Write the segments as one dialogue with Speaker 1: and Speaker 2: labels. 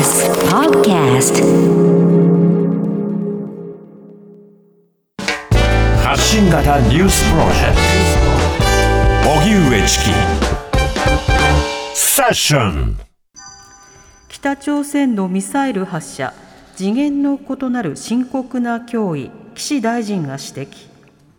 Speaker 1: TBS Podcast
Speaker 2: 発信型ニュースプロジェクト荻上チキセッション。
Speaker 3: 北朝鮮のミサイル発射、次元の異なる深刻な脅威、岸大臣が指摘。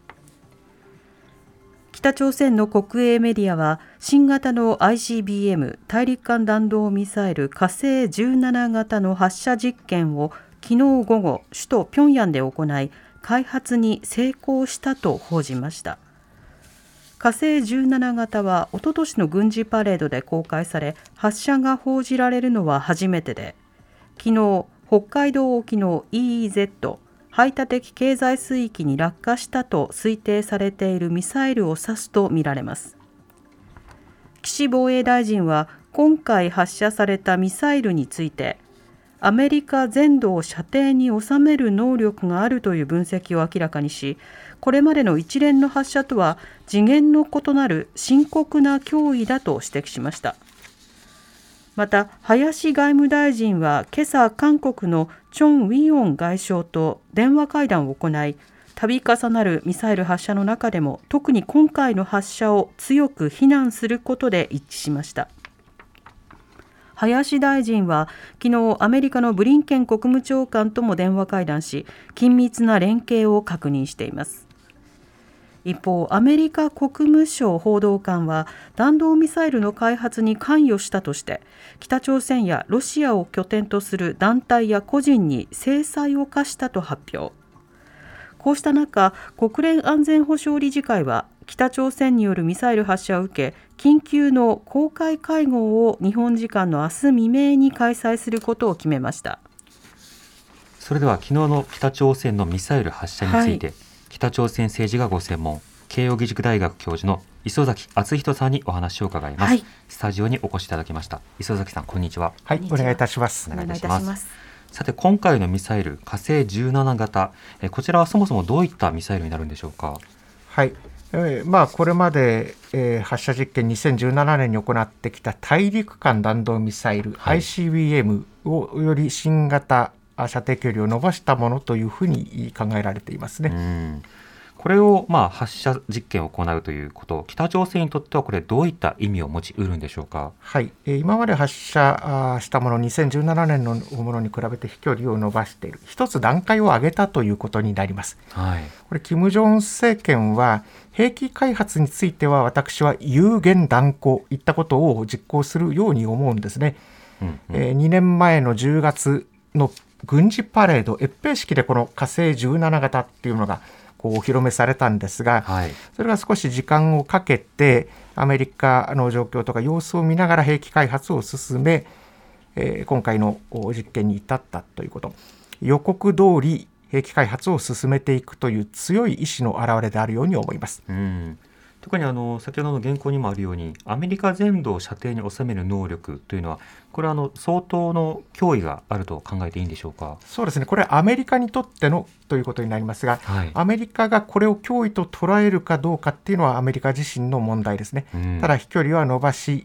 Speaker 3: 北朝鮮の国営メディアは、新型の ICBM 大陸間弾道ミサイル火星17型の発射実験を昨日午後、首都平壌で行い、開発に成功したと報じました。火星17型はおととしの軍事パレードで公開され、発射が報じられるのは初めてで、昨日北海道沖の EEZ 排他的経済水域に落下したと推定されているミサイルを指すとみられます。岸防衛大臣は今回発射されたミサイルについて、アメリカ全土を射程に収める能力があるという分析を明らかにし、これまでの一連の発射とは次元の異なる深刻な脅威だと指摘しました。また、林外務大臣は今朝、韓国のチョン・ウィヨン外相と電話会談を行い、度重なるミサイル発射の中でも特に今回の発射を強く非難することで一致しました。林大臣は昨日、アメリカのブリンケン国務長官とも電話会談し、緊密な連携を確認しています。一方、アメリカ国務省報道官は弾道ミサイルの開発に関与したとして、北朝鮮やロシアを拠点とする団体や個人に制裁を科したと発表。こうした中、国連安全保障理事会は北朝鮮によるミサイル発射を受け、緊急の公開会合を日本時間の明日未明に開催することを決めました。
Speaker 4: それでは昨日の北朝鮮のミサイル発射について、北朝鮮政治がご専門、慶應義塾大学教授の磯崎篤仁さんにお話を伺います。スタジオにお越しいただきました。磯崎さん、こんにちは。
Speaker 5: はい、お願いいたします。
Speaker 3: お願いいたします。
Speaker 4: さて、今回のミサイル火星17型、こちらはそもそもどういったミサイルになるんでしょうか。
Speaker 5: はい、これまで、発射実験2017年に行ってきた大陸間弾道ミサイル、ICBM をより新型射程距離を伸ばしたものというふうに考えられていますね。
Speaker 4: これを発射実験を行うということ、北朝鮮にとってはこれどういった意味を持ちうるんでしょうか。
Speaker 5: はい、今まで発射したもの、2017年のものに比べて飛距離を伸ばしている、一つ段階を上げたということになります。これ金正恩政権は兵器開発については私は有言断行いったことを実行するように思うんですね。2年前の10月の軍事パレード、閲兵式でこの火星17型っていうのがお披露目されたんですが、それが少し時間をかけてアメリカの状況とか様子を見ながら兵器開発を進め、今回の実験に至ったということ、予告通り兵器開発を進めていくという強い意志の表れであるように思います。
Speaker 4: 特に先ほどの原稿にもあるように、アメリカ全土を射程に収める能力というのは、これは相当の脅威があると考えていいんでしょうか。
Speaker 5: そうですね、これはアメリカにとってのということになりますが、アメリカがこれを脅威と捉えるかどうかっていうのはアメリカ自身の問題ですね。ただ飛距離は伸ばし、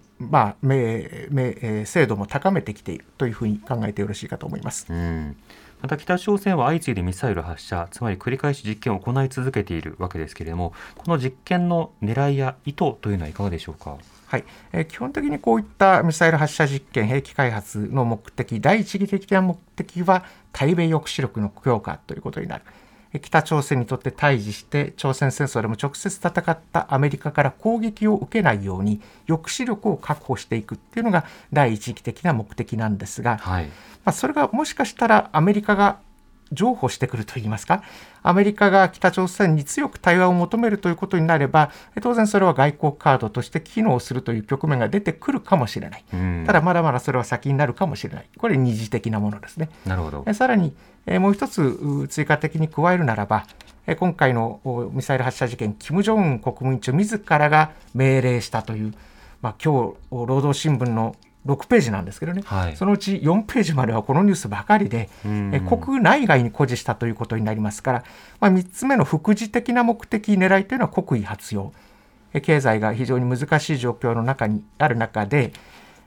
Speaker 5: 精度も高めてきているというふうに考えてよろしいかと思います。
Speaker 4: また北朝鮮は相次いでミサイル発射、つまり繰り返し実験を行い続けているわけですけれども、この実験の狙いや意図というのはいかがでしょうか。
Speaker 5: 基本的にこういったミサイル発射実験、兵器開発の目的、第一義的な目的は対米抑止力の強化ということになる。北朝鮮にとって対峙して朝鮮戦争でも直接戦ったアメリカから攻撃を受けないように抑止力を確保していくっていうのが第一義的な目的なんですが、それがもしかしたらアメリカが譲歩してくるといいますか、アメリカが北朝鮮に強く対話を求めるということになれば、当然それは外交カードとして機能するという局面が出てくるかもしれない。ただまだまだそれは先になるかもしれない。これ二次的なものですね。
Speaker 4: なるほど。
Speaker 5: さらにもう一つ追加的に加えるならば、今回のミサイル発射事件、金正恩国務委員長自らが命令したという、今日労働新聞の6ページなんですけどね、そのうち4ページまではこのニュースばかりで、国内外に誇示したということになりますから、3つ目の副次的な目的狙いというのは国威発揚、経済が非常に難しい状況の中にある中で、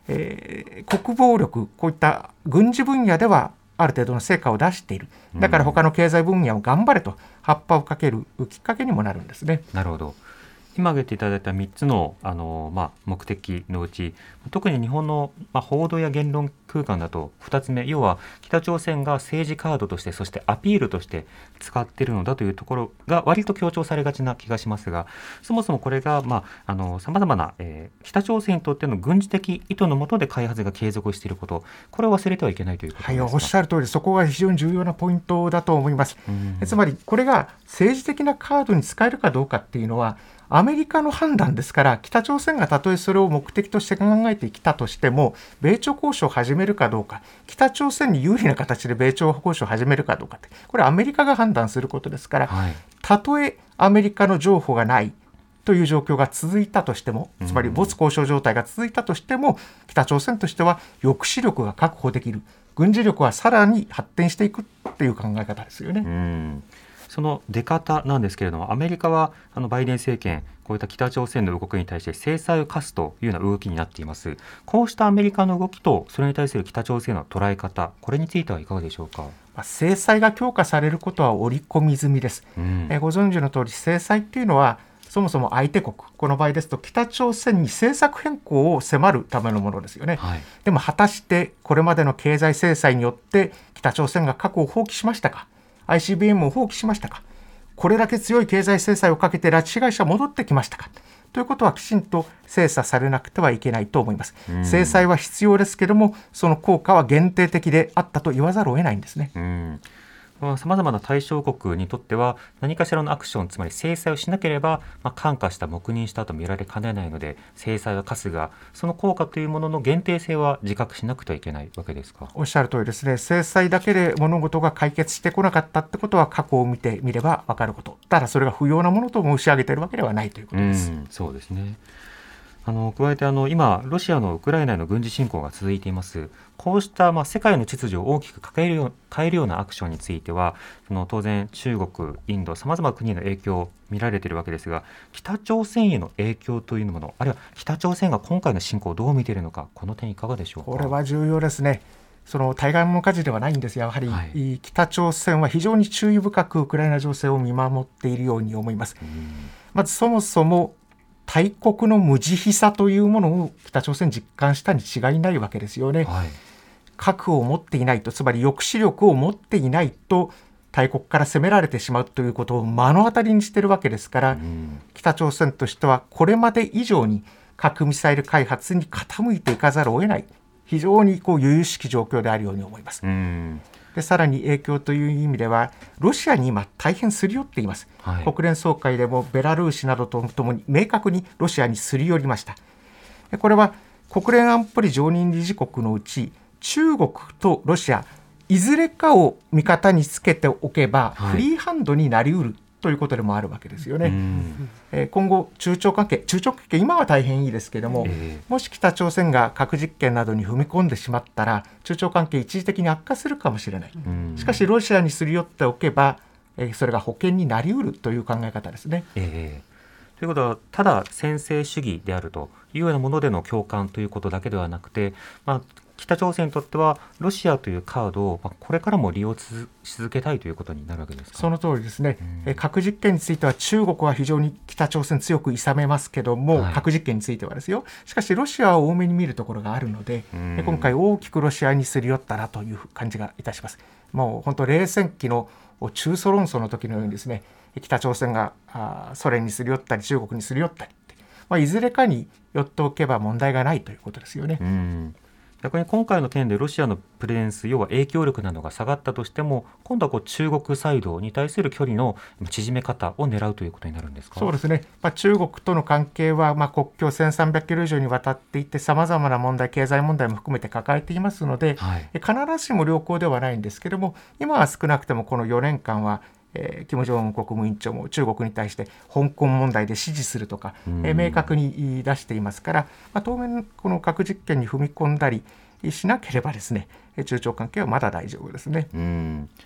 Speaker 5: 国防力、こういった軍事分野ではある程度の成果を出している。だから他の経済分野を頑張れと葉っぱをかけるきっかけにもなるんですね。
Speaker 4: なるほど。今挙げていただいた3つの、目的のうち、特に日本の、報道や言論空間だと2つ目、要は北朝鮮が政治カードとして、そしてアピールとして使っているのだというところが割と強調されがちな気がしますが、そもそもこれがさまざまな、北朝鮮にとっての軍事的意図の下で開発が継続していること、これを忘れてはいけないということですか。
Speaker 5: はい、おっしゃる通り、そこが非常に重要なポイントだと思います。つまりこれが政治的なカードに使えるかどうかっていうのはアメリカの判断ですから、北朝鮮がたとえそれを目的として考えてきたとしても、米朝交渉を始めるかどうか、北朝鮮に有利な形で米朝交渉を始めるかどうかって、これはアメリカが判断することですから、たとえアメリカの譲歩がないという状況が続いたとしても、つまり没交渉状態が続いたとしても、北朝鮮としては抑止力が確保できる、軍事力はさらに発展していくという考え方ですよね。
Speaker 4: その出方なんですけれども、アメリカはバイデン政権、こういった北朝鮮の動きに対して制裁を科すというような動きになっています。こうしたアメリカの動きとそれに対する北朝鮮の捉え方、これについてはいかがでしょうか。
Speaker 5: 制裁が強化されることは織り込み済みです。ご存知の通り、制裁というのはそもそも相手国、この場合ですと北朝鮮に政策変更を迫るためのものですよね。でも果たしてこれまでの経済制裁によって北朝鮮が核を放棄しましたか、ICBM を放棄しましたか、これだけ強い経済制裁をかけて拉致被害者戻ってきましたかということはきちんと精査されなくてはいけないと思います。制裁は必要ですけども、その効果は限定的であったと言わざるを得ないんですね。
Speaker 4: さまざまな対象国にとっては何かしらのアクション、つまり制裁をしなければ、看過した黙認したと見られかねないので制裁は科すが、その効果というものの限定性は自覚しなくてはいけないわけですか。
Speaker 5: おっしゃる通りですね。制裁だけで物事が解決してこなかったってことは過去を見てみれば分かること。ただそれが不要なものと申し上げているわけではないということです。
Speaker 4: そうですね。加えて今ロシアのウクライナへの軍事侵攻が続いています。こうした世界の秩序を大きく変えるようなアクションについては当然中国、インド、さまざまな国への影響を見られているわけですが、北朝鮮への影響というもの、あるいは北朝鮮が今回の侵攻をどう見ているのか、この点いかがでしょうか。
Speaker 5: これは重要ですね。その対岸の火事ではないんです。やはり、北朝鮮は非常に注意深くウクライナ情勢を見守っているように思います。まずそもそも大国の無慈悲さというものを北朝鮮実感したに違いないわけですよね。核を持っていないと、つまり抑止力を持っていないと大国から攻められてしまうということを目の当たりにしているわけですから、北朝鮮としてはこれまで以上に核ミサイル開発に傾いていかざるを得ない、非常に由々しき状況であるように思います。でさらに影響という意味ではロシアに今大変すり寄っています。国連総会でもベラルーシなどとともに明確にロシアにすり寄りました。これは国連安保理常任理事国のうち中国とロシアいずれかを味方につけておけばフリーハンドになりうるということでもあるわけですよね。今後中朝関係今は大変いいですけれども、もし北朝鮮が核実験などに踏み込んでしまったら中朝関係一時的に悪化するかもしれない。しかしロシアにすり寄っておけば、それが保険になりうるという考え方ですね。
Speaker 4: ということはただ専制主義であるというようなものでの共感ということだけではなくて、北朝鮮にとってはロシアというカードをこれからも利用し続けたいということになるわけですか。
Speaker 5: その通りですね。核実験については中国は非常に北朝鮮強く諌めますけども、核実験についてはですよ。しかしロシアは多めに見るところがあるので、今回大きくロシアにすり寄ったなという感じがいたします。もう本当冷戦期の中ソ論争の時のようにですね、北朝鮮がソ連にすり寄ったり中国にすり寄ったり、いずれかに寄っておけば問題がないということですよね。
Speaker 4: 逆に今回の件でロシアのプレゼンス、要は影響力などが下がったとしても、今度は中国サイドに対する距離の縮め方を狙うということになるんですか。
Speaker 5: そうですね。中国との関係は国境1300キロ以上にわたっていて、さまざまな問題、経済問題も含めて抱えていますので、必ずしも良好ではないんですけれども、今は少なくともこの4年間は金正恩国務委員長も中国に対して香港問題で支持するとか、明確に出していますから、当面この核実験に踏み込んだりしなければですね、中朝関係はまだ大丈夫ですね。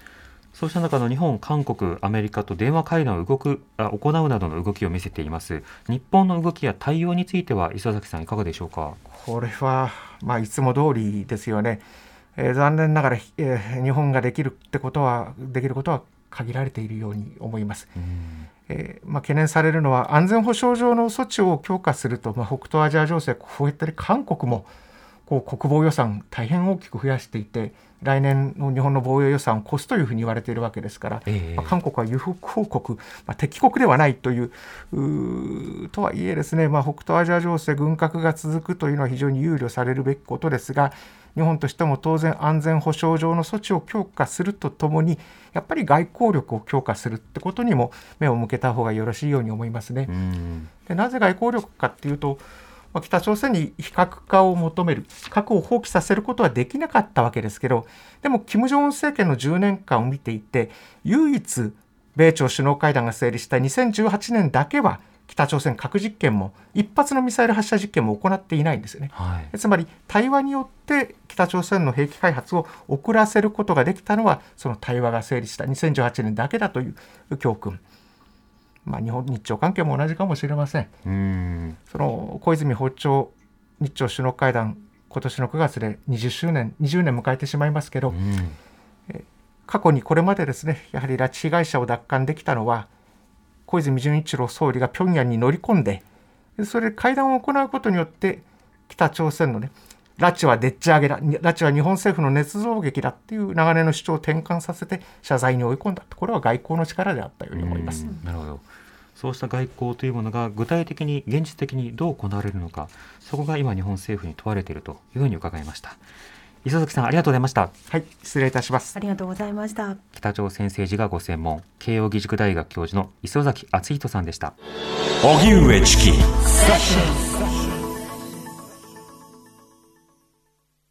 Speaker 4: そうした中の日本、韓国、アメリカと電話会談を行うなどの動きを見せています日本の動きや対応については磯崎さんいかがでしょうか。
Speaker 5: これは、いつも通りですよね。残念ながら、日本ができることは限られているように思います。懸念されるのは安全保障上の措置を強化すると、北東アジア情勢、こういったり韓国も国防予算大変大きく増やしていて、来年の日本の防衛予算を越すというふうに言われているわけですから、韓国は友好国、敵国ではないというとはいえですね、北東アジア情勢軍拡が続くというのは非常に憂慮されるべきことですが、日本としても当然安全保障上の措置を強化するとともに、やっぱり外交力を強化するってことにも目を向けた方がよろしいように思いますね。でなぜ外交力かっていうと、北朝鮮に非核化を求める、核を放棄させることはできなかったわけですけど、でも金正恩政権の10年間を見ていて、唯一米朝首脳会談が成立した2018年だけは北朝鮮核実験も一発のミサイル発射実験も行っていないんですよね。つまり対話によって北朝鮮の兵器開発を遅らせることができたのは、その対話が成立した2018年だけだという教訓。日朝関係も同じかもしれません。その小泉訪朝日朝首脳会談、今年の9月で20年迎えてしまいますけど、過去にこれまでですね、やはり拉致被害者を奪還できたのは、小泉純一郎総理が平壌に乗り込んで、それで会談を行うことによって、北朝鮮のね、拉致はでっち上げだ、拉致は日本政府の捏造劇だっていう長年の主張を転換させて謝罪に追い込んだ。これは外交の力であったように思います。
Speaker 4: なるほど。そうした外交というものが具体的に現実的にどう行われるのか、そこが今日本政府に問われているというふうに伺いました。磯崎さん、ありがとうございました。
Speaker 5: はい、失礼いたします。
Speaker 3: ありがとうございました。
Speaker 4: 北朝鮮政治がご専門、慶應義塾大学教授の磯崎敦人さんでした。
Speaker 2: 荻上チキ